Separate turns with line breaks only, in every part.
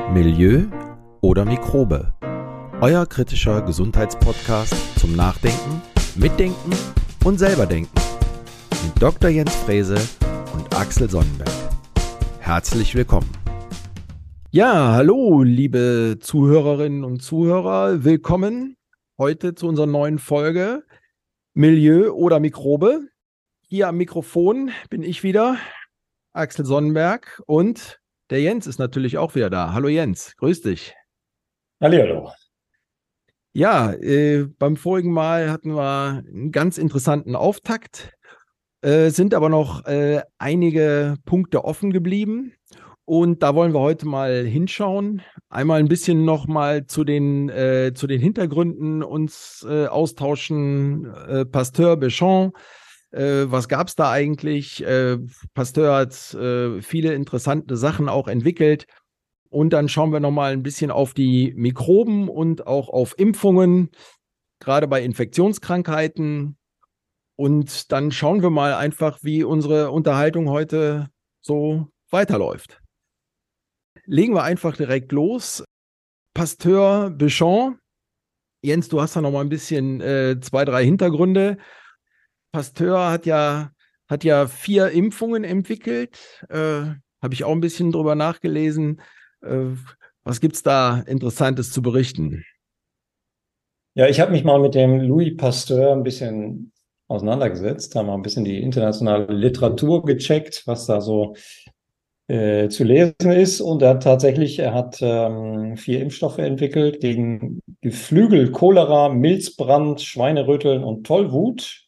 Milieu oder Mikrobe? Euer kritischer Gesundheitspodcast zum Nachdenken, Mitdenken und selberdenken mit Dr. Jens Frese und Axel Sonnenberg. Herzlich willkommen. Ja, hallo, liebe Zuhörerinnen und Zuhörer. Willkommen heute zu unserer neuen Folge Milieu oder Mikrobe. Hier am Mikrofon bin ich wieder, Axel Sonnenberg, und der Jens ist natürlich auch wieder da. Hallo Jens, grüß dich.
Hallihallo.
Ja, beim vorigen Mal hatten wir einen ganz interessanten Auftakt, sind aber noch einige Punkte offen geblieben. Und da wollen wir heute mal hinschauen, einmal ein bisschen noch mal zu den Hintergründen uns austauschen. Pasteur, Béchamp, was gab es da eigentlich? Pasteur hat viele interessante Sachen auch entwickelt. Und dann schauen wir noch mal ein bisschen auf die Mikroben und auch auf Impfungen, gerade bei Infektionskrankheiten. Und dann schauen wir mal einfach, wie unsere Unterhaltung heute so weiterläuft. Legen wir einfach direkt los. Pasteur, Béchamp. Jens, du hast da noch mal ein bisschen 2, 3 Hintergründe. Pasteur hat ja 4 Impfungen entwickelt. Habe ich auch ein bisschen drüber nachgelesen. Was gibt es da Interessantes zu berichten?
Ja, ich habe mich mal mit dem Louis Pasteur ein bisschen auseinandergesetzt, habe mal ein bisschen die internationale Literatur gecheckt, was da so zu lesen ist. Und er hat 4 Impfstoffe entwickelt gegen Geflügel, Cholera, Milzbrand, Schweineröteln und Tollwut.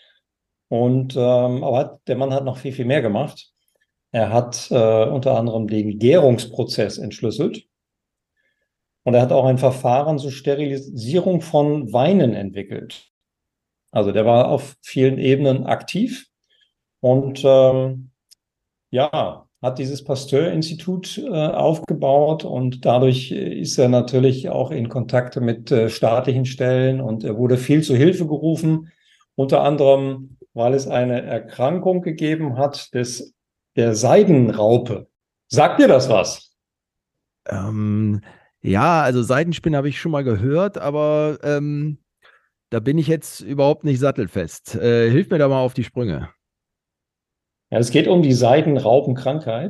Aber der Mann hat noch viel, viel mehr gemacht. Er hat unter anderem den Gärungsprozess entschlüsselt. Und er hat auch ein Verfahren zur Sterilisierung von Weinen entwickelt. Also der war auf vielen Ebenen aktiv und hat dieses Pasteur-Institut aufgebaut, und dadurch ist er natürlich auch in Kontakte mit staatlichen Stellen, und er wurde viel zu Hilfe gerufen, unter anderem, weil es eine Erkrankung gegeben hat der Seidenraupe. Sagt dir das was?
Ja, also Seitenspinne habe ich schon mal gehört, aber da bin ich jetzt überhaupt nicht sattelfest. Hilf mir da mal auf die Sprünge.
Ja, es geht um die Seidenraupenkrankheit,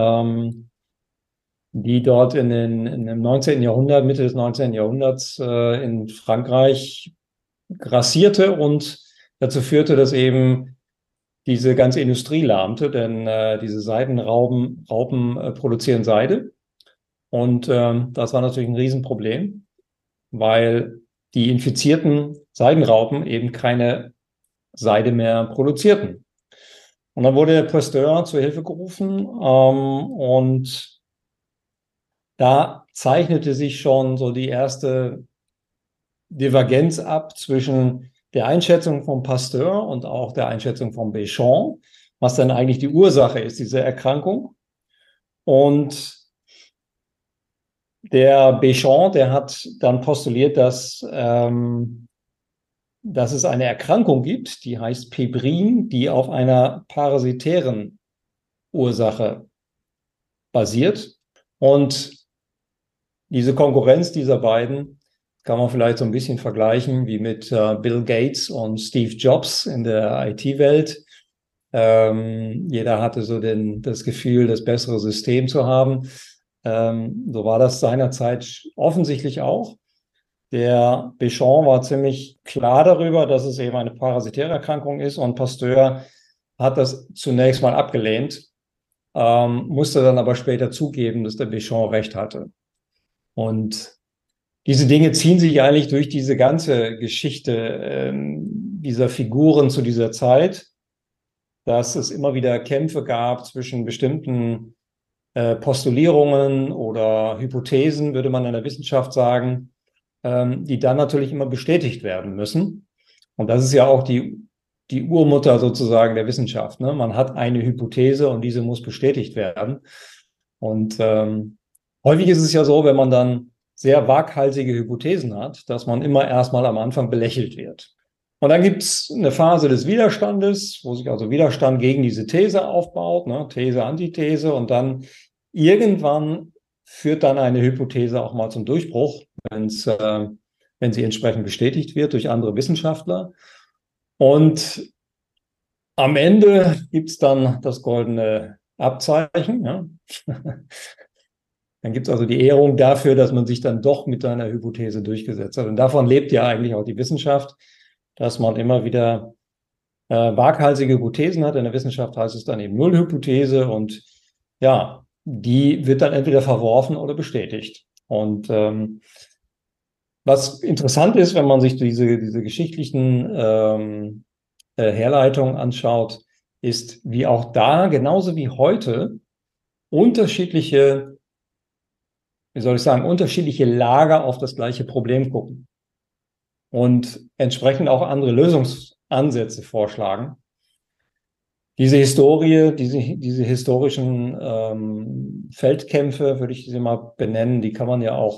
die dort in dem 19. Jahrhundert, Mitte des 19. Jahrhunderts in Frankreich grassierte und dazu führte, dass eben diese ganze Industrie lahmte, denn diese Raupen produzieren Seide. Und das war natürlich ein Riesenproblem, weil die infizierten Seidenraupen eben keine Seide mehr produzierten. Und dann wurde Pasteur zur Hilfe gerufen, und da zeichnete sich schon so die erste Divergenz ab zwischen der Einschätzung von Pasteur und auch der Einschätzung von Béchamp, was dann eigentlich die Ursache ist, diese Erkrankung. Und der Béchamp, der hat dann postuliert, dass es eine Erkrankung gibt, die heißt Pebrin, die auf einer parasitären Ursache basiert. Und diese Konkurrenz dieser beiden kann man vielleicht so ein bisschen vergleichen wie mit Bill Gates und Steve Jobs in der IT-Welt. Jeder hatte so das Gefühl, das bessere System zu haben. So war das seinerzeit offensichtlich auch. Der Béchamp war ziemlich klar darüber, dass es eben eine parasitäre Erkrankung ist, und Pasteur hat das zunächst mal abgelehnt, musste dann aber später zugeben, dass der Béchamp recht hatte. Und diese Dinge ziehen sich eigentlich durch diese ganze Geschichte dieser Figuren zu dieser Zeit, dass es immer wieder Kämpfe gab zwischen bestimmten Postulierungen oder Hypothesen, würde man in der Wissenschaft sagen, die dann natürlich immer bestätigt werden müssen. Und das ist ja auch die Urmutter sozusagen der Wissenschaft, ne? Man hat eine Hypothese und diese muss bestätigt werden. Und häufig ist es ja so, wenn man dann sehr waghalsige Hypothesen hat, dass man immer erstmal am Anfang belächelt wird. Und dann gibt es eine Phase des Widerstandes, wo sich also Widerstand gegen diese These aufbaut, ne? These, Antithese, und dann irgendwann führt dann eine Hypothese auch mal zum Durchbruch, wenn sie entsprechend bestätigt wird durch andere Wissenschaftler. Und am Ende gibt es dann das goldene Abzeichen. Ja. Dann gibt es also die Ehrung dafür, dass man sich dann doch mit seiner Hypothese durchgesetzt hat. Und davon lebt ja eigentlich auch die Wissenschaft, dass man immer wieder waghalsige Hypothesen hat. In der Wissenschaft heißt es dann eben Nullhypothese und ja, die wird dann entweder verworfen oder bestätigt. Und was interessant ist, wenn man sich diese geschichtlichen Herleitung anschaut, ist, wie auch da, genauso wie heute, unterschiedliche, wie soll ich sagen, unterschiedliche Lager auf das gleiche Problem gucken und entsprechend auch andere Lösungsansätze vorschlagen. Diese Historie, diese historischen Feldkämpfe, würde ich sie mal benennen, die kann man ja auch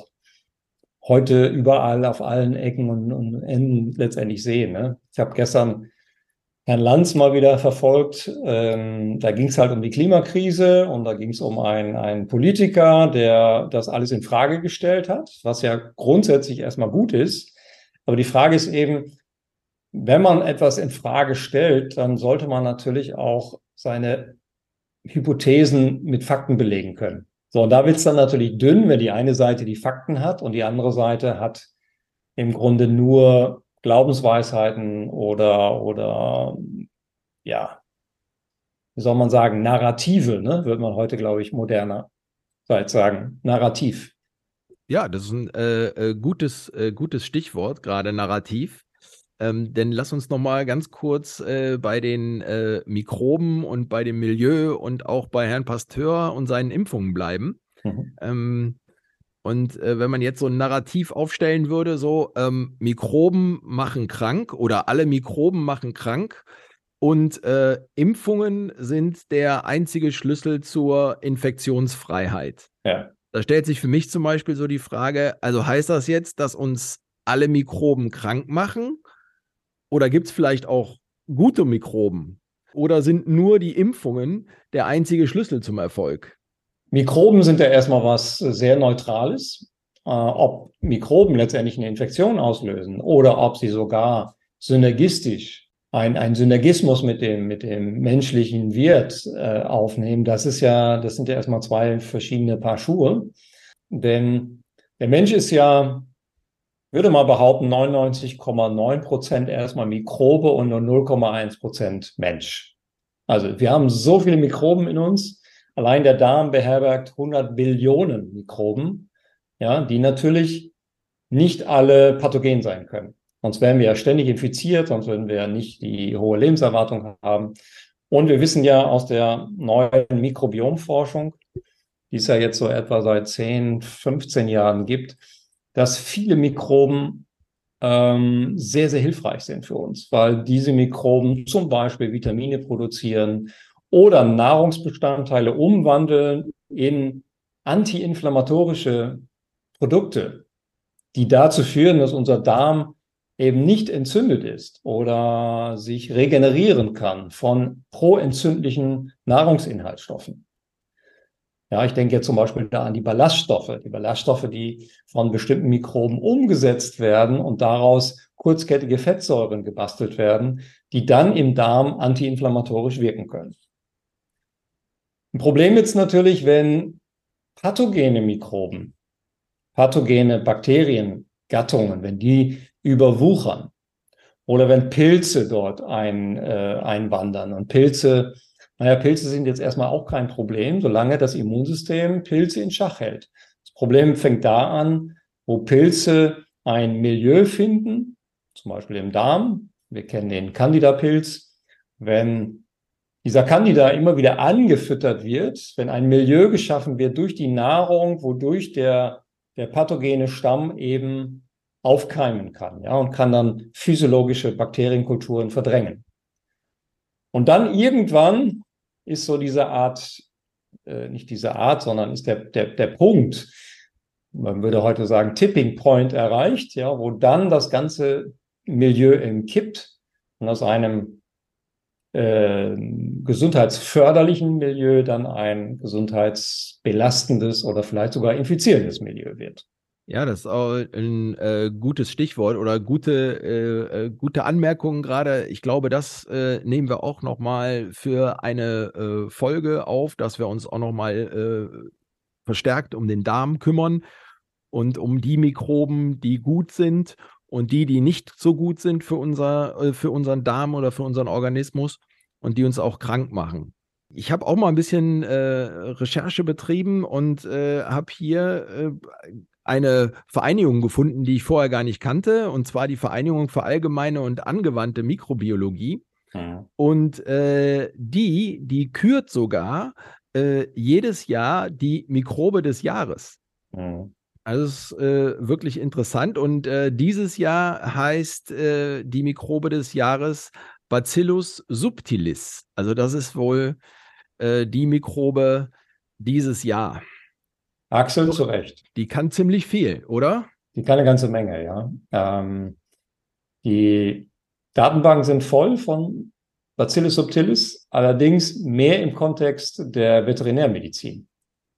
heute überall auf allen Ecken und Enden letztendlich sehen. Ne? Ich habe gestern Herrn Lanz mal wieder verfolgt. Da ging es halt um die Klimakrise und da ging es um einen Politiker, der das alles in Frage gestellt hat, was ja grundsätzlich erstmal gut ist. Aber die Frage ist eben, wenn man etwas in Frage stellt, dann sollte man natürlich auch seine Hypothesen mit Fakten belegen können. So, und da wird es dann natürlich dünn, wenn die eine Seite die Fakten hat und die andere Seite hat im Grunde nur Glaubensweisheiten oder ja, wie soll man sagen, Narrative, ne? Würde man heute, glaube ich, moderner sagen. Narrativ.
Ja, das ist ein gutes Stichwort, gerade Narrativ. Denn lass uns noch mal ganz kurz bei den Mikroben und bei dem Milieu und auch bei Herrn Pasteur und seinen Impfungen bleiben.
Mhm.
Wenn man jetzt so ein Narrativ aufstellen würde, so Mikroben machen krank oder alle Mikroben machen krank und Impfungen sind der einzige Schlüssel zur Infektionsfreiheit.
Ja.
Da stellt sich für mich zum Beispiel so die Frage, also heißt das jetzt, dass uns alle Mikroben krank machen? Oder gibt es vielleicht auch gute Mikroben? Oder sind nur die Impfungen der einzige Schlüssel zum Erfolg?
Mikroben sind ja erstmal was sehr Neutrales. Ob Mikroben letztendlich eine Infektion auslösen oder ob sie sogar synergistisch ein Synergismus mit dem menschlichen Wirt aufnehmen, das sind ja erstmal zwei verschiedene Paar Schuhe. Denn der Mensch ist ja, würde mal behaupten, 99,9% erstmal Mikrobe und nur 0,1% Mensch. Also wir haben so viele Mikroben in uns. Allein der Darm beherbergt 100 Billionen Mikroben, ja, die natürlich nicht alle pathogen sein können. Sonst wären wir ja ständig infiziert, sonst würden wir ja nicht die hohe Lebenserwartung haben. Und wir wissen ja aus der neuen Mikrobiomforschung, die es ja jetzt so etwa seit 10, 15 Jahren gibt, dass viele Mikroben sehr, sehr hilfreich sind für uns, weil diese Mikroben zum Beispiel Vitamine produzieren oder Nahrungsbestandteile umwandeln in antiinflammatorische Produkte, die dazu führen, dass unser Darm eben nicht entzündet ist oder sich regenerieren kann von proentzündlichen Nahrungsinhaltsstoffen. Ja, ich denke jetzt zum Beispiel da an die Ballaststoffe, die von bestimmten Mikroben umgesetzt werden und daraus kurzkettige Fettsäuren gebastelt werden, die dann im Darm antiinflammatorisch wirken können. Ein Problem ist natürlich, wenn pathogene Mikroben, pathogene Bakteriengattungen, wenn die überwuchern oder wenn Pilze dort einwandern. Und Pilze sind jetzt erstmal auch kein Problem, solange das Immunsystem Pilze in Schach hält. Das Problem fängt da an, wo Pilze ein Milieu finden, zum Beispiel im Darm. Wir kennen den Candida-Pilz. Wenn dieser Candida immer wieder angefüttert wird, wenn ein Milieu geschaffen wird durch die Nahrung, wodurch der pathogene Stamm eben aufkeimen kann, ja, und kann dann physiologische Bakterienkulturen verdrängen. Und dann irgendwann ist so diese Art, nicht diese Art, sondern ist der Punkt, man würde heute sagen Tipping Point erreicht, ja, wo dann das ganze Milieu kippt und aus einem gesundheitsförderlichen Milieu dann ein gesundheitsbelastendes oder vielleicht sogar infizierendes Milieu wird.
Ja, das ist auch ein gutes Stichwort oder gute Anmerkungen gerade. Ich glaube, das nehmen wir auch nochmal für eine Folge auf, dass wir uns auch nochmal verstärkt um den Darm kümmern und um die Mikroben, die gut sind und die nicht so gut sind für unseren Darm oder für unseren Organismus und die uns auch krank machen. Ich habe auch mal ein bisschen Recherche betrieben und habe hier eine Vereinigung gefunden, die ich vorher gar nicht kannte, und zwar die Vereinigung für allgemeine und angewandte Mikrobiologie.
Mhm.
Und die kürt sogar jedes Jahr die Mikrobe des Jahres.
Mhm.
Also es ist wirklich interessant. Und dieses Jahr heißt die Mikrobe des Jahres Bacillus subtilis. Also das ist wohl die Mikrobe dieses Jahr.
Axel, zu Recht.
Die kann ziemlich viel, oder?
Die kann eine ganze Menge, ja. Die Datenbanken sind voll von Bacillus subtilis, allerdings mehr im Kontext der Veterinärmedizin.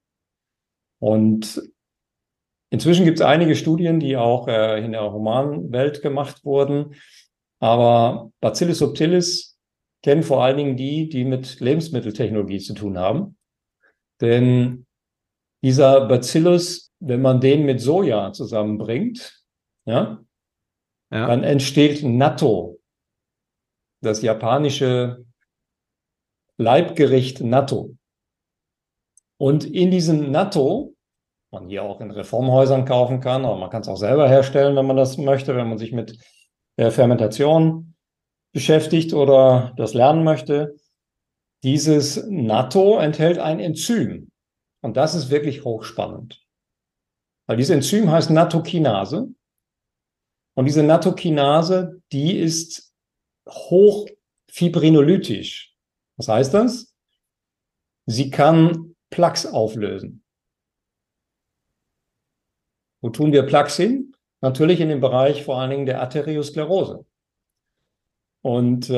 Und inzwischen gibt es einige Studien, die auch in der Humanwelt gemacht wurden. Aber Bacillus subtilis kennen vor allen Dingen die mit Lebensmitteltechnologie zu tun haben. Denn dieser Bacillus, wenn man den mit Soja zusammenbringt, ja,
Ja.
dann entsteht Natto, das japanische Leibgericht Natto. Und in diesem Natto, man hier auch in Reformhäusern kaufen kann, aber man kann es auch selber herstellen, wenn man das möchte, wenn man sich mit der Fermentation beschäftigt oder das lernen möchte. Dieses Natto enthält ein Enzym. Und das ist wirklich hochspannend. Weil dieses Enzym heißt Nattokinase. Und diese Nattokinase, die ist hochfibrinolytisch. Was heißt das? Sie kann Plaques auflösen. Wo tun wir Plaques hin? Natürlich in dem Bereich vor allen Dingen der Arteriosklerose. Und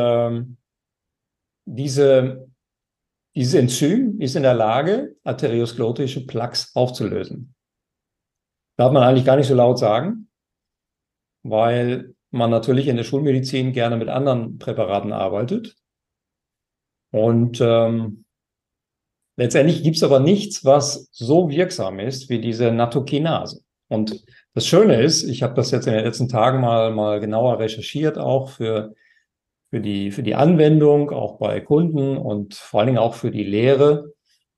dieses Enzym ist in der Lage, arteriosklerotische Plaques aufzulösen. Darf man eigentlich gar nicht so laut sagen, weil man natürlich in der Schulmedizin gerne mit anderen Präparaten arbeitet. Und letztendlich gibt es aber nichts, was so wirksam ist wie diese Nattokinase. Und das Schöne ist, ich habe das jetzt in den letzten Tagen mal genauer recherchiert, auch für die Anwendung, auch bei Kunden und vor allen Dingen auch für die Lehre.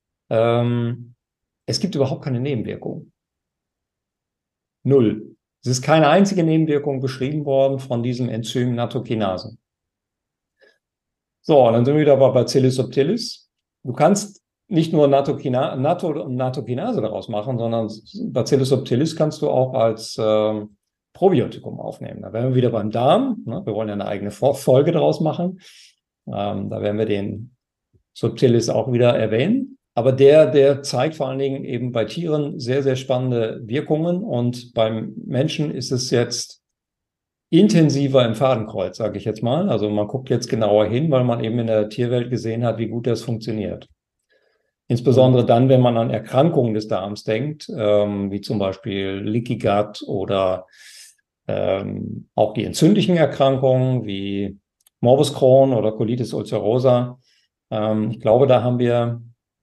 Es gibt überhaupt keine Nebenwirkung. Null. Es ist keine einzige Nebenwirkung beschrieben worden von diesem Enzym Nattokinase. So, und dann sind wir wieder bei Bacillus subtilis. Du kannst nicht nur Nattokinase daraus machen, sondern Bacillus subtilis kannst du auch als Probiotikum aufnehmen. Da wären wir wieder beim Darm. Ne? Wir wollen ja eine eigene Folge daraus machen. Da werden wir den Subtilis auch wieder erwähnen. Aber der zeigt vor allen Dingen eben bei Tieren sehr, sehr spannende Wirkungen. Und beim Menschen ist es jetzt intensiver im Fadenkreuz, sage ich jetzt mal. Also man guckt jetzt genauer hin, weil man eben in der Tierwelt gesehen hat, wie gut das funktioniert. Insbesondere dann, wenn man an Erkrankungen des Darms denkt, wie zum Beispiel Leaky Gut oder auch die entzündlichen Erkrankungen wie Morbus Crohn oder Colitis ulcerosa. Ich glaube, da haben wir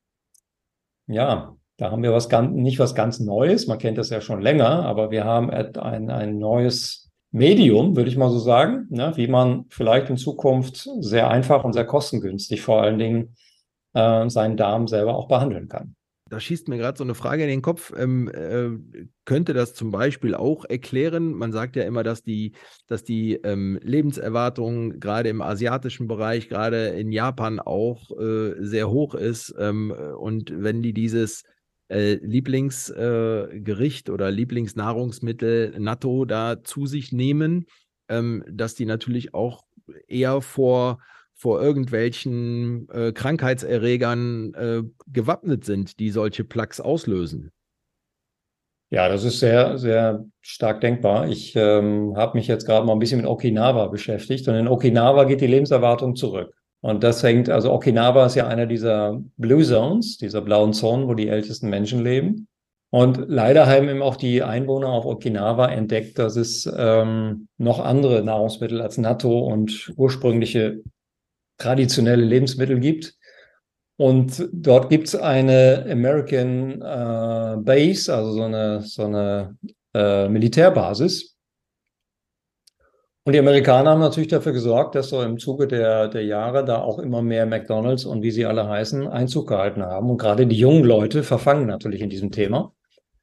nicht was ganz Neues. Man kennt das ja schon länger, aber wir haben ein neues Medium, würde ich mal so sagen, ne, wie man vielleicht in Zukunft sehr einfach und sehr kostengünstig vor allen Dingen seinen Darm selber auch behandeln kann.
Da schießt mir gerade so eine Frage in den Kopf. Könnte das zum Beispiel auch erklären? Man sagt ja immer, dass die Lebenserwartung gerade im asiatischen Bereich, gerade in Japan auch sehr hoch ist. Und wenn die dieses Lieblingsgericht oder Lieblingsnahrungsmittel Natto da zu sich nehmen, dass die natürlich auch eher vor irgendwelchen Krankheitserregern gewappnet sind, die solche Plaques auslösen.
Ja, das ist sehr, sehr stark denkbar. Ich habe mich jetzt gerade mal ein bisschen mit Okinawa beschäftigt und in Okinawa geht die Lebenserwartung zurück. Und das hängt, also Okinawa ist ja einer dieser Blue Zones, dieser blauen Zonen, wo die ältesten Menschen leben. Und leider haben eben auch die Einwohner auf Okinawa entdeckt, dass es noch andere Nahrungsmittel als Natto und ursprüngliche traditionelle Lebensmittel gibt. Und dort gibt es eine American Base, also so eine Militärbasis. Und die Amerikaner haben natürlich dafür gesorgt, dass so im Zuge der Jahre da auch immer mehr McDonald's und wie sie alle heißen, Einzug gehalten haben. Und gerade die jungen Leute verfangen natürlich in diesem Thema.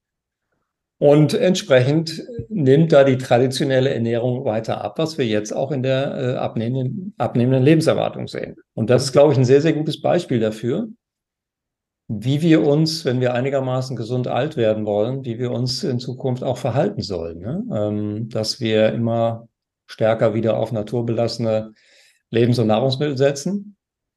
Und entsprechend nimmt da die traditionelle Ernährung weiter ab, was wir jetzt auch in der abnehmenden Lebenserwartung sehen. Und das ist, glaube ich, ein sehr, sehr gutes Beispiel dafür, wie wir uns, wenn wir einigermaßen gesund alt werden wollen, wie wir uns in Zukunft auch verhalten sollen. Ne? Dass wir immer stärker wieder auf naturbelassene Lebens- und Nahrungsmittel setzen.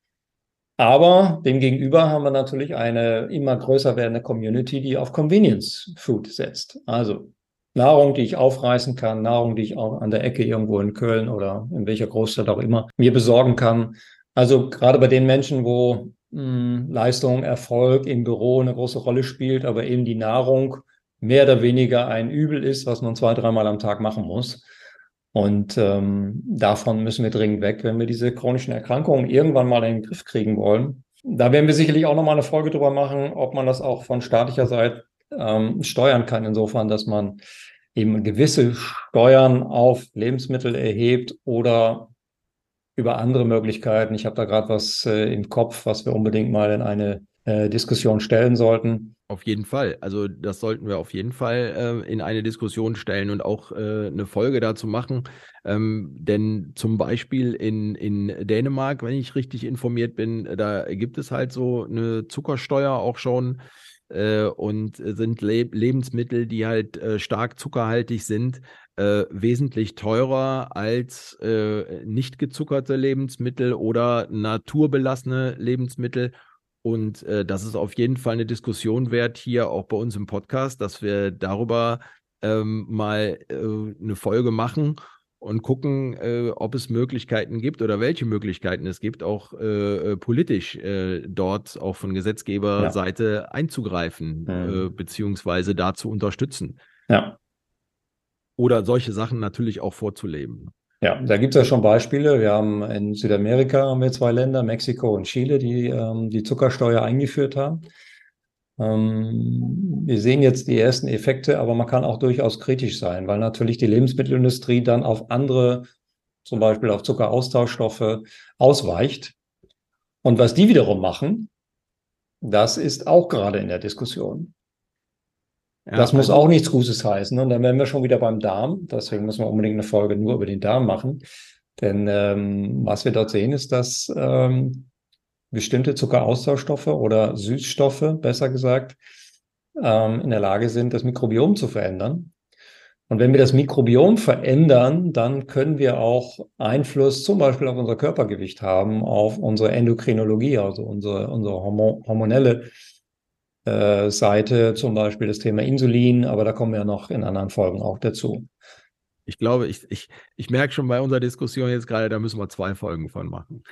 Aber demgegenüber haben wir natürlich eine immer größer werdende Community, die auf Convenience Food setzt. Also Nahrung, die ich aufreißen kann, Nahrung, die ich auch an der Ecke irgendwo in Köln oder in welcher Großstadt auch immer mir besorgen kann. Also gerade bei den Menschen, wo Leistung, Erfolg im Büro eine große Rolle spielt, aber eben die Nahrung mehr oder weniger ein Übel ist, was man 2, 3 Mal am Tag machen muss. Und davon müssen wir dringend weg, wenn wir diese chronischen Erkrankungen irgendwann mal in den Griff kriegen wollen. Da werden wir sicherlich auch nochmal eine Folge drüber machen, ob man das auch von staatlicher Seite steuern kann, insofern, dass man eben gewisse Steuern auf Lebensmittel erhebt oder über andere Möglichkeiten. Ich habe da gerade was im Kopf, was wir unbedingt mal in eine Diskussion stellen sollten.
Auf jeden Fall. Also das sollten wir auf jeden Fall in eine Diskussion stellen und auch eine Folge dazu machen. Denn zum Beispiel in Dänemark, wenn ich richtig informiert bin, da gibt es halt so eine Zuckersteuer auch schon und sind Lebensmittel, die halt stark zuckerhaltig sind, wesentlich teurer als nicht gezuckerte Lebensmittel oder naturbelassene Lebensmittel. Und das ist auf jeden Fall eine Diskussion wert hier auch bei uns im Podcast, dass wir darüber mal eine Folge machen und gucken, ob es Möglichkeiten gibt oder welche Möglichkeiten es gibt, auch politisch dort auch von
Ja.
Gesetzgeberseite einzugreifen,
Hm.
beziehungsweise da zu unterstützen
Ja.
oder solche Sachen natürlich auch vorzuleben.
Ja, da gibt es ja schon Beispiele. Wir haben in Südamerika haben wir 2 Länder, Mexiko und Chile, die die Zuckersteuer eingeführt haben. Wir sehen jetzt die ersten Effekte, aber man kann auch durchaus kritisch sein, weil natürlich die Lebensmittelindustrie dann auf andere, zum Beispiel auf Zuckeraustauschstoffe, ausweicht. Und was die wiederum machen, das ist auch gerade in der Diskussion.
Ja,
Das muss
also
auch nichts Gutes heißen. Und dann wären wir schon wieder beim Darm. Deswegen müssen wir unbedingt eine Folge nur über den Darm machen. Denn was wir dort sehen, ist, dass bestimmte Zuckeraustauschstoffe oder Süßstoffe, besser gesagt, in der Lage sind, das Mikrobiom zu verändern. Und wenn wir das Mikrobiom verändern, dann können wir auch Einfluss zum Beispiel auf unser Körpergewicht haben, auf unsere Endokrinologie, also unsere hormonelle Seite, zum Beispiel das Thema Insulin, aber da kommen wir ja noch in anderen Folgen auch dazu.
ich glaube, ich merke schon bei unserer Diskussion jetzt gerade, da müssen wir 2 Folgen von machen.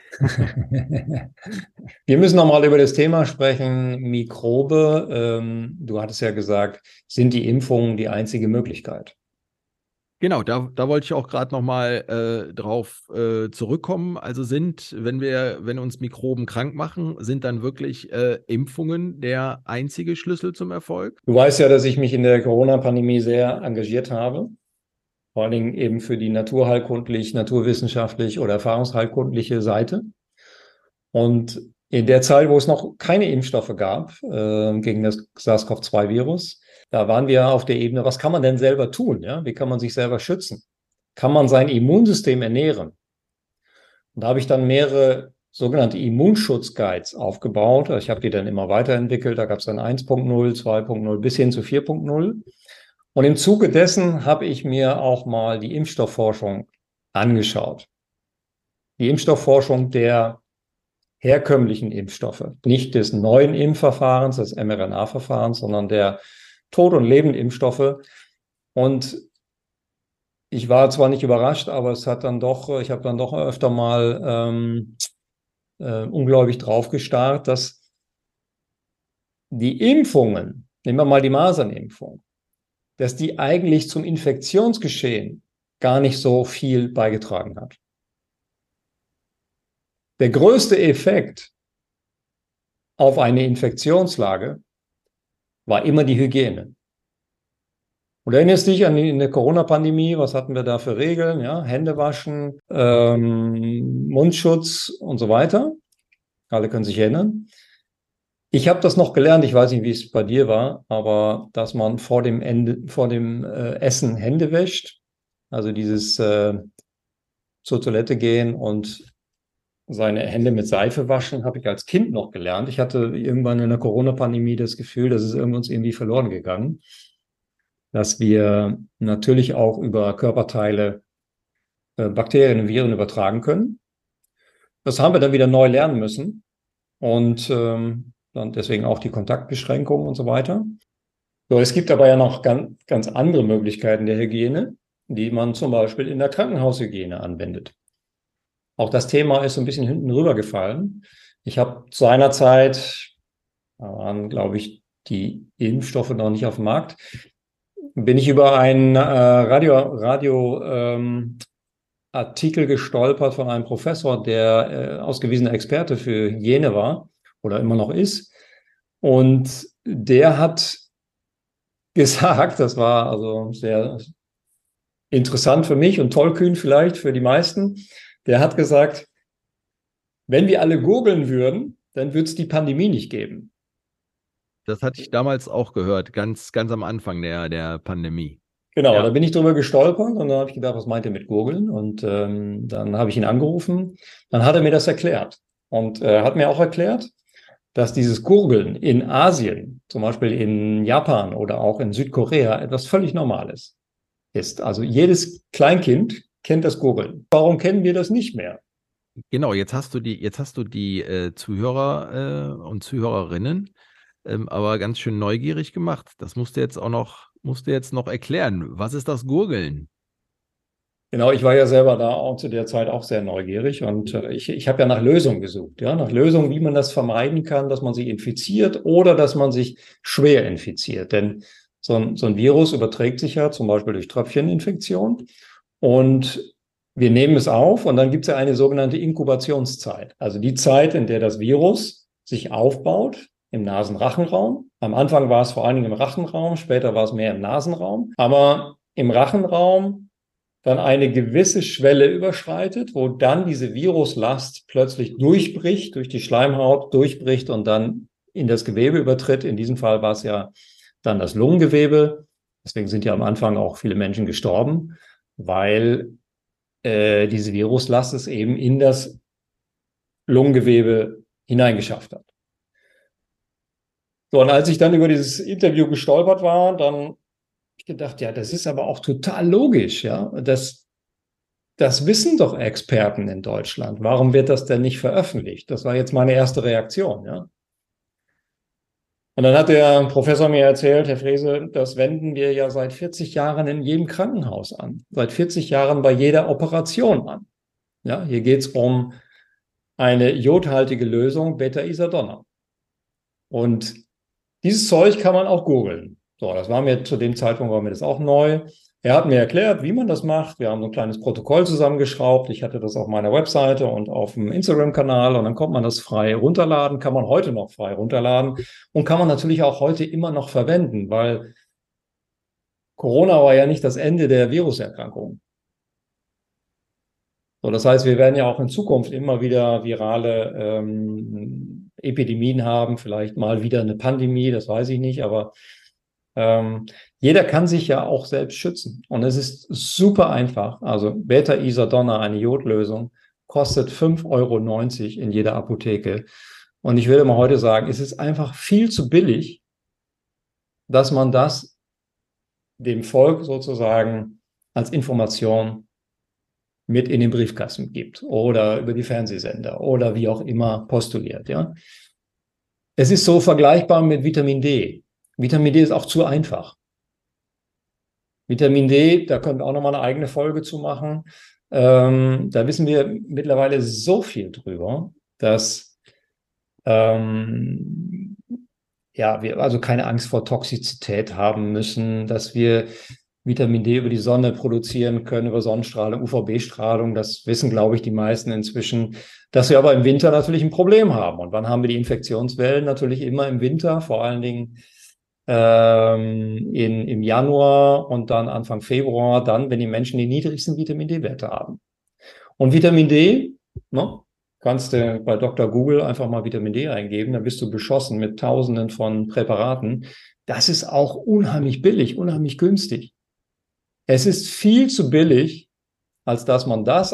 Wir müssen nochmal über das Thema sprechen, Mikrobe. Du hattest ja gesagt, sind die Impfungen die einzige Möglichkeit?
Genau, da wollte ich auch gerade nochmal drauf zurückkommen. Also wenn uns Mikroben krank machen, sind dann wirklich Impfungen der einzige Schlüssel zum Erfolg?
Du weißt ja, dass ich mich in der Corona-Pandemie sehr engagiert habe, vor allen Dingen eben für die naturheilkundlich, naturwissenschaftlich oder erfahrungsheilkundliche Seite. Und in der Zeit, wo es noch keine Impfstoffe gab gegen das SARS-CoV-2-Virus, da waren wir auf der Ebene, was kann man denn selber tun? Ja? Wie kann man sich selber schützen? Kann man sein Immunsystem ernähren? Und da habe ich dann mehrere sogenannte Immunschutzguides aufgebaut. Ich habe die dann immer weiterentwickelt. Da gab es dann 1.0, 2.0 bis hin zu 4.0. Und im Zuge dessen habe ich mir auch mal die Impfstoffforschung angeschaut. Die Impfstoffforschung der herkömmlichen Impfstoffe, nicht des neuen Impfverfahrens, des mRNA-Verfahrens, sondern der Tod- und Lebendimpfstoffe. Und ich war zwar nicht überrascht, aber es hat dann doch, ich habe dann doch öfter mal ungläubig drauf gestarrt, dass die Impfungen, nehmen wir mal die Masernimpfung, dass die eigentlich zum Infektionsgeschehen gar nicht so viel beigetragen hat. Der größte Effekt auf eine Infektionslage war immer die Hygiene. Und erinnerst dich an in der Corona-Pandemie, was hatten wir da für Regeln? Ja, Hände waschen, Mundschutz und so weiter. Alle können sich erinnern. Ich habe das noch gelernt, ich weiß nicht, wie es bei dir war, aber dass man vor dem Essen Hände wäscht, also dieses zur Toilette gehen und seine Hände mit Seife waschen, habe ich als Kind noch gelernt. Ich hatte irgendwann in der Corona-Pandemie das Gefühl, das ist uns irgendwie verloren gegangen, dass wir natürlich auch über Körperteile Bakterien und Viren übertragen können. Das haben wir dann wieder neu lernen müssen und dann deswegen auch die Kontaktbeschränkungen und so weiter. So, es gibt aber ja noch ganz andere Möglichkeiten der Hygiene, die man zum Beispiel in der Krankenhaushygiene anwendet. Auch das Thema ist so ein bisschen hinten rübergefallen. Ich habe seinerzeit, da waren, glaube ich, die Impfstoffe noch nicht auf dem Markt, bin ich über einen Artikel gestolpert von einem Professor, der ausgewiesener Experte für Hygiene war oder immer noch ist. Und der hat gesagt, das war also sehr interessant für mich und tollkühn vielleicht für die meisten, der hat gesagt, wenn wir alle gurgeln würden, dann würde es die Pandemie nicht geben.
Das hatte ich damals auch gehört, ganz am Anfang der Pandemie.
Genau,
Ja.
da bin ich drüber gestolpert und dann habe ich gedacht, was meint er mit Gurgeln? Und dann habe ich ihn angerufen, dann hat er mir das erklärt und hat mir auch erklärt, dass dieses Gurgeln in Asien, zum Beispiel in Japan oder auch in Südkorea, etwas völlig Normales ist. Also jedes Kleinkind kennt das Gurgeln. Warum kennen wir das nicht mehr?
Genau, jetzt hast du die Zuhörer und Zuhörerinnen aber ganz schön neugierig gemacht. Das musst du jetzt noch erklären. Was ist das Gurgeln?
Genau, ich war ja selber da auch zu der Zeit auch sehr neugierig und ich habe ja nach Lösungen gesucht, ja, nach Lösungen, wie man das vermeiden kann, dass man sich infiziert oder dass man sich schwer infiziert. Denn so ein Virus überträgt sich ja zum Beispiel durch Tröpfcheninfektion und wir nehmen es auf und dann gibt es ja eine sogenannte Inkubationszeit. Also die Zeit, in der das Virus sich aufbaut im Nasenrachenraum. Am Anfang war es vor allen Dingen im Rachenraum, später war es mehr im Nasenraum. Aber im Rachenraum dann eine gewisse Schwelle überschreitet, wo dann diese Viruslast plötzlich durchbricht, durch die Schleimhaut durchbricht und dann in das Gewebe übertritt. In diesem Fall war es ja dann das Lungengewebe. Deswegen sind ja am Anfang auch viele Menschen gestorben, weil diese Viruslast es eben in das Lungengewebe hineingeschafft hat. So, und als ich dann über dieses Interview gestolpert war, dann habe ich gedacht, ja, das ist aber auch total logisch, ja. Das wissen doch Experten in Deutschland. Warum wird das denn nicht veröffentlicht? Das war jetzt meine erste Reaktion, ja. Und dann hat der Professor mir erzählt, Herr Frese, das wenden wir ja seit 40 Jahren in jedem Krankenhaus an, seit 40 Jahren bei jeder Operation an. Ja, hier geht es um eine jodhaltige Lösung, Beta-Isadonna. Und dieses Zeug kann man auch googeln. So, das war mir zu dem Zeitpunkt war mir das auch neu. Er hat mir erklärt, wie man das macht. Wir haben so ein kleines Protokoll zusammengeschraubt. Ich hatte das auf meiner Webseite und auf dem Instagram-Kanal und dann konnte man das frei runterladen, kann man heute noch frei runterladen und kann man natürlich auch heute immer noch verwenden, weil Corona war ja nicht das Ende der Viruserkrankung. So, das heißt, wir werden ja auch in Zukunft immer wieder virale Epidemien haben, vielleicht mal wieder eine Pandemie, das weiß ich nicht, aber jeder kann sich ja auch selbst schützen. Und es ist super einfach. Also Beta-Isadonna, eine Jodlösung, kostet 5,90 € in jeder Apotheke. Und ich würde mal heute sagen, es ist einfach viel zu billig, dass man das dem Volk sozusagen als Information mit in den Briefkasten gibt oder über die Fernsehsender oder wie auch immer postuliert. Ja? Es ist so vergleichbar mit Vitamin D. Vitamin D ist auch zu einfach. Vitamin D, da können wir auch nochmal eine eigene Folge zu machen. Da wissen wir mittlerweile so viel drüber. dass wir also keine Angst vor Toxizität haben müssen, dass wir Vitamin D über die Sonne produzieren können, über Sonnenstrahlung, UVB-Strahlung. Das wissen, glaube ich, die meisten inzwischen, dass wir aber im Winter natürlich ein Problem haben. Und wann haben wir die Infektionswellen? Natürlich immer im Winter, vor allen Dingen im Januar und dann Anfang Februar, dann, wenn die Menschen die niedrigsten Vitamin D-Werte haben. Und Vitamin D, ne, kannst du bei Dr. Google einfach mal Vitamin D eingeben, dann bist du beschossen mit Tausenden von Präparaten. Das ist auch unheimlich billig, unheimlich günstig. Es ist viel zu billig, als dass man das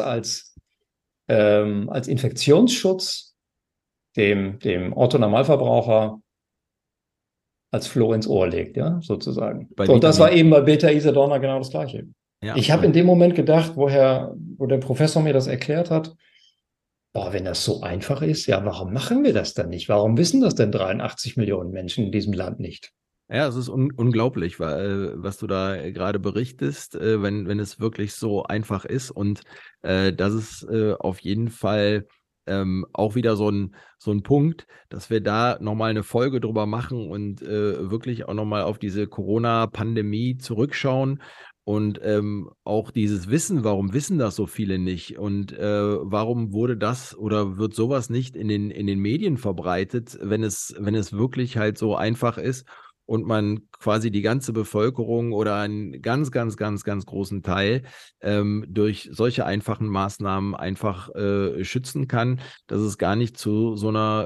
als Infektionsschutz dem Otto-Normalverbraucher als Floh ins Ohr legt, ja, sozusagen.
Bei
So, und das war
Vitamin,
eben bei Beta-Isadonna genau das Gleiche.
ja,
Ich habe in dem Moment gedacht, wo der Professor mir das erklärt hat, boah, wenn das so einfach ist, ja, warum machen wir das dann nicht? Warum wissen das denn 83 Millionen Menschen in diesem Land nicht?
ja, es ist unglaublich, weil, was du da gerade berichtest, wenn es wirklich so einfach ist und das ist auf jeden Fall auch wieder so ein Punkt, dass wir da nochmal eine Folge drüber machen und wirklich auch nochmal auf diese Corona-Pandemie zurückschauen und auch dieses Wissen, warum wissen das so viele nicht und warum wurde das oder wird sowas nicht in den Medien verbreitet, wenn es wirklich halt so einfach ist und man quasi die ganze Bevölkerung oder einen ganz, ganz, ganz, ganz großen Teil durch solche einfachen Maßnahmen einfach schützen kann, dass es gar nicht zu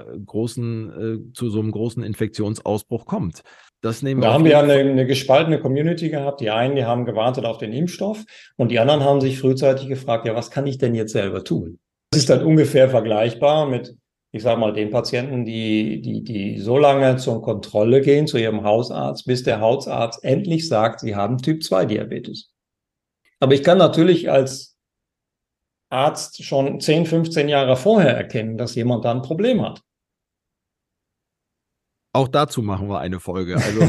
zu so einem großen Infektionsausbruch kommt. Das nehmen wir
Da
auf
haben wir ja
jeden Fall.
eine gespaltene Community gehabt. Die einen, die haben gewartet auf den Impfstoff und die anderen haben sich frühzeitig gefragt, ja, was kann ich denn jetzt selber tun? Das ist dann ungefähr vergleichbar mit, ich sage mal, den Patienten, die so lange zur Kontrolle gehen, zu ihrem Hausarzt, bis der Hausarzt endlich sagt, sie haben Typ-2-Diabetes. Aber ich kann natürlich als Arzt schon 10, 15 Jahre vorher erkennen, dass jemand da ein Problem hat.
Auch dazu machen wir eine Folge. Also,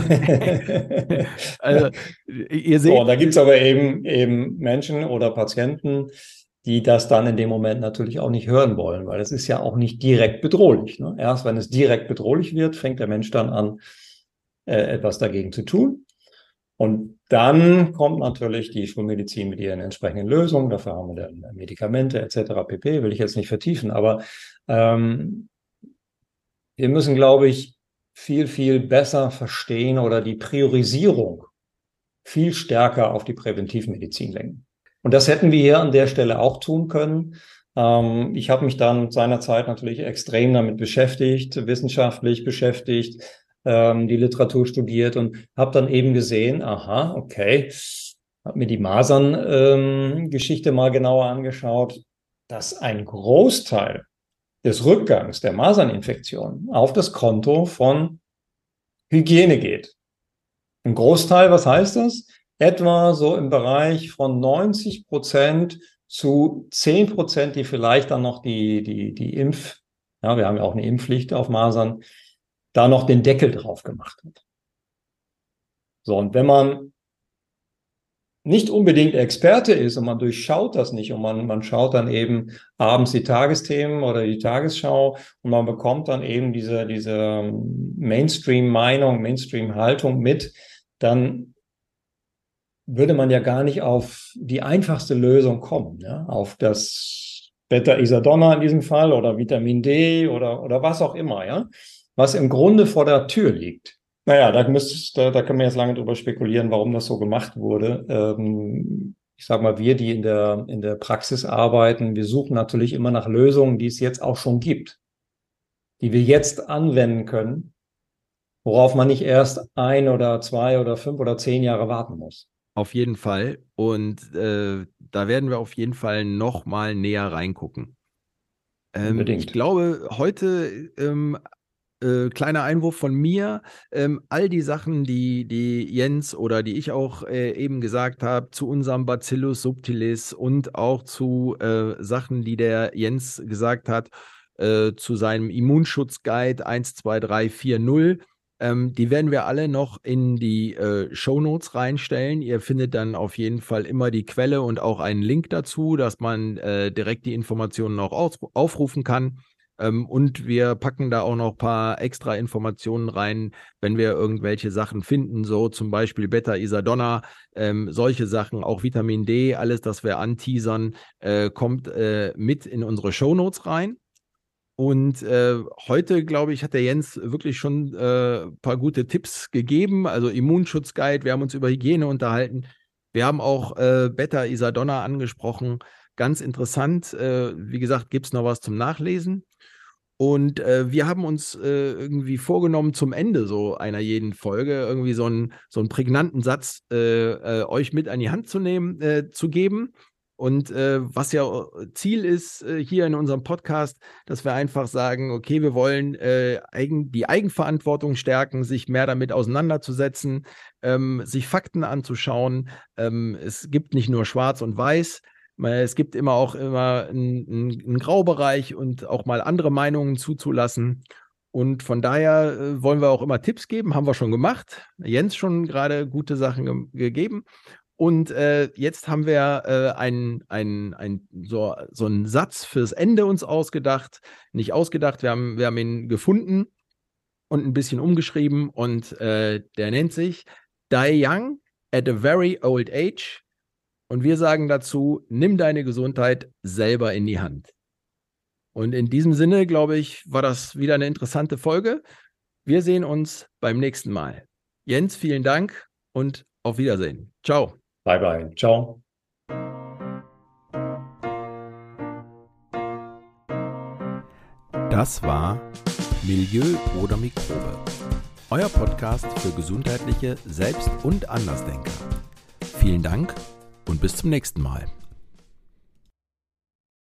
also ihr
So, und
seht,
da gibt's aber eben Menschen oder Patienten, die das dann in dem Moment natürlich auch nicht hören wollen, weil es ist ja auch nicht direkt bedrohlich. Ne? Erst wenn es direkt bedrohlich wird, fängt der Mensch dann an, etwas dagegen zu tun. Und dann kommt natürlich die Schulmedizin mit ihren entsprechenden Lösungen. Dafür haben wir dann Medikamente etc. pp. Will ich jetzt nicht vertiefen, aber wir müssen, glaube ich, viel, viel besser verstehen oder die Priorisierung viel stärker auf die Präventivmedizin lenken. Und das hätten wir hier an der Stelle auch tun können. Ich habe mich dann seinerzeit natürlich extrem damit beschäftigt, wissenschaftlich beschäftigt, die Literatur studiert und habe dann eben gesehen, aha, okay, habe mir die Masern-Geschichte mal genauer angeschaut, dass ein Großteil des Rückgangs der Maserninfektion auf das Konto von Hygiene geht. Ein Großteil, was heißt das? Etwa so im Bereich von 90% zu 10%, die vielleicht dann noch ja, wir haben ja auch eine Impfpflicht auf Masern, da noch den Deckel drauf gemacht hat. So, und wenn man nicht unbedingt Experte ist und man durchschaut das nicht und man schaut dann eben abends die Tagesthemen oder die Tagesschau und man bekommt dann eben diese Mainstream-Meinung, Mainstream-Haltung mit, dann würde man ja gar nicht auf die einfachste Lösung kommen, ja? Auf das Beta-Isadonna in diesem Fall oder Vitamin D oder was auch immer, ja, was im Grunde vor der Tür liegt. Naja, da können wir jetzt lange drüber spekulieren, warum das so gemacht wurde. Ich sage mal, wir, die in der Praxis arbeiten, wir suchen natürlich immer nach Lösungen, die es jetzt auch schon gibt, die wir jetzt anwenden können, worauf man nicht erst 1 oder 2 oder 5 oder 10 Jahre warten muss.
auf jeden Fall. Und da werden wir auf jeden Fall noch mal näher reingucken. Ich
Unbedingt.
glaube, heute kleiner Einwurf von mir. All die Sachen, die Jens oder die ich auch eben gesagt habe, zu unserem Bacillus subtilis und auch zu Sachen, die der Jens gesagt hat, zu seinem Immunschutzguide 1, 2, 3, 4, 0. Die werden wir alle noch in die Shownotes reinstellen. Ihr findet dann auf jeden Fall immer die Quelle und auch einen Link dazu, dass man direkt die Informationen auch aufrufen kann. Und wir packen da auch noch ein paar extra Informationen rein, wenn wir irgendwelche Sachen finden, so zum Beispiel Beta-Isadonna, solche Sachen, auch Vitamin D, alles, das wir anteasern, kommt mit in unsere Shownotes rein. Und heute, glaube ich, hat der Jens wirklich schon ein paar gute Tipps gegeben. Also Immunschutzguide, wir haben uns über Hygiene unterhalten. Wir haben auch Beta-Isadonna angesprochen. Ganz interessant. Wie gesagt, gibt es noch was zum Nachlesen. Und wir haben uns irgendwie vorgenommen, zum Ende so einer jeden Folge irgendwie so einen prägnanten Satz euch mit an die Hand zu nehmen, zu geben. Und was ja Ziel ist hier in unserem Podcast, dass wir einfach sagen, okay, wir wollen die Eigenverantwortung stärken, sich mehr damit auseinanderzusetzen, sich Fakten anzuschauen. Es gibt nicht nur Schwarz und Weiß. Es gibt immer einen Graubereich und auch mal andere Meinungen zuzulassen. Und von daher wollen wir auch immer Tipps geben, haben wir schon gemacht. Jens schon gerade gute Sachen gegeben. Und jetzt haben wir so einen Satz fürs Ende uns ausgedacht. Nicht ausgedacht, wir haben ihn gefunden und ein bisschen umgeschrieben. Und der nennt sich Die Young at a Very Old Age. Und wir sagen dazu, nimm deine Gesundheit selber in die Hand. Und in diesem Sinne, glaube ich, war das wieder eine interessante Folge. Wir sehen uns beim nächsten Mal. Jens, vielen Dank und auf Wiedersehen. Ciao.
Bye, bye. Ciao.
Das war Milieu oder Mikrobe. Euer Podcast für gesundheitliche Selbst- und Andersdenker. Vielen Dank und bis zum nächsten Mal.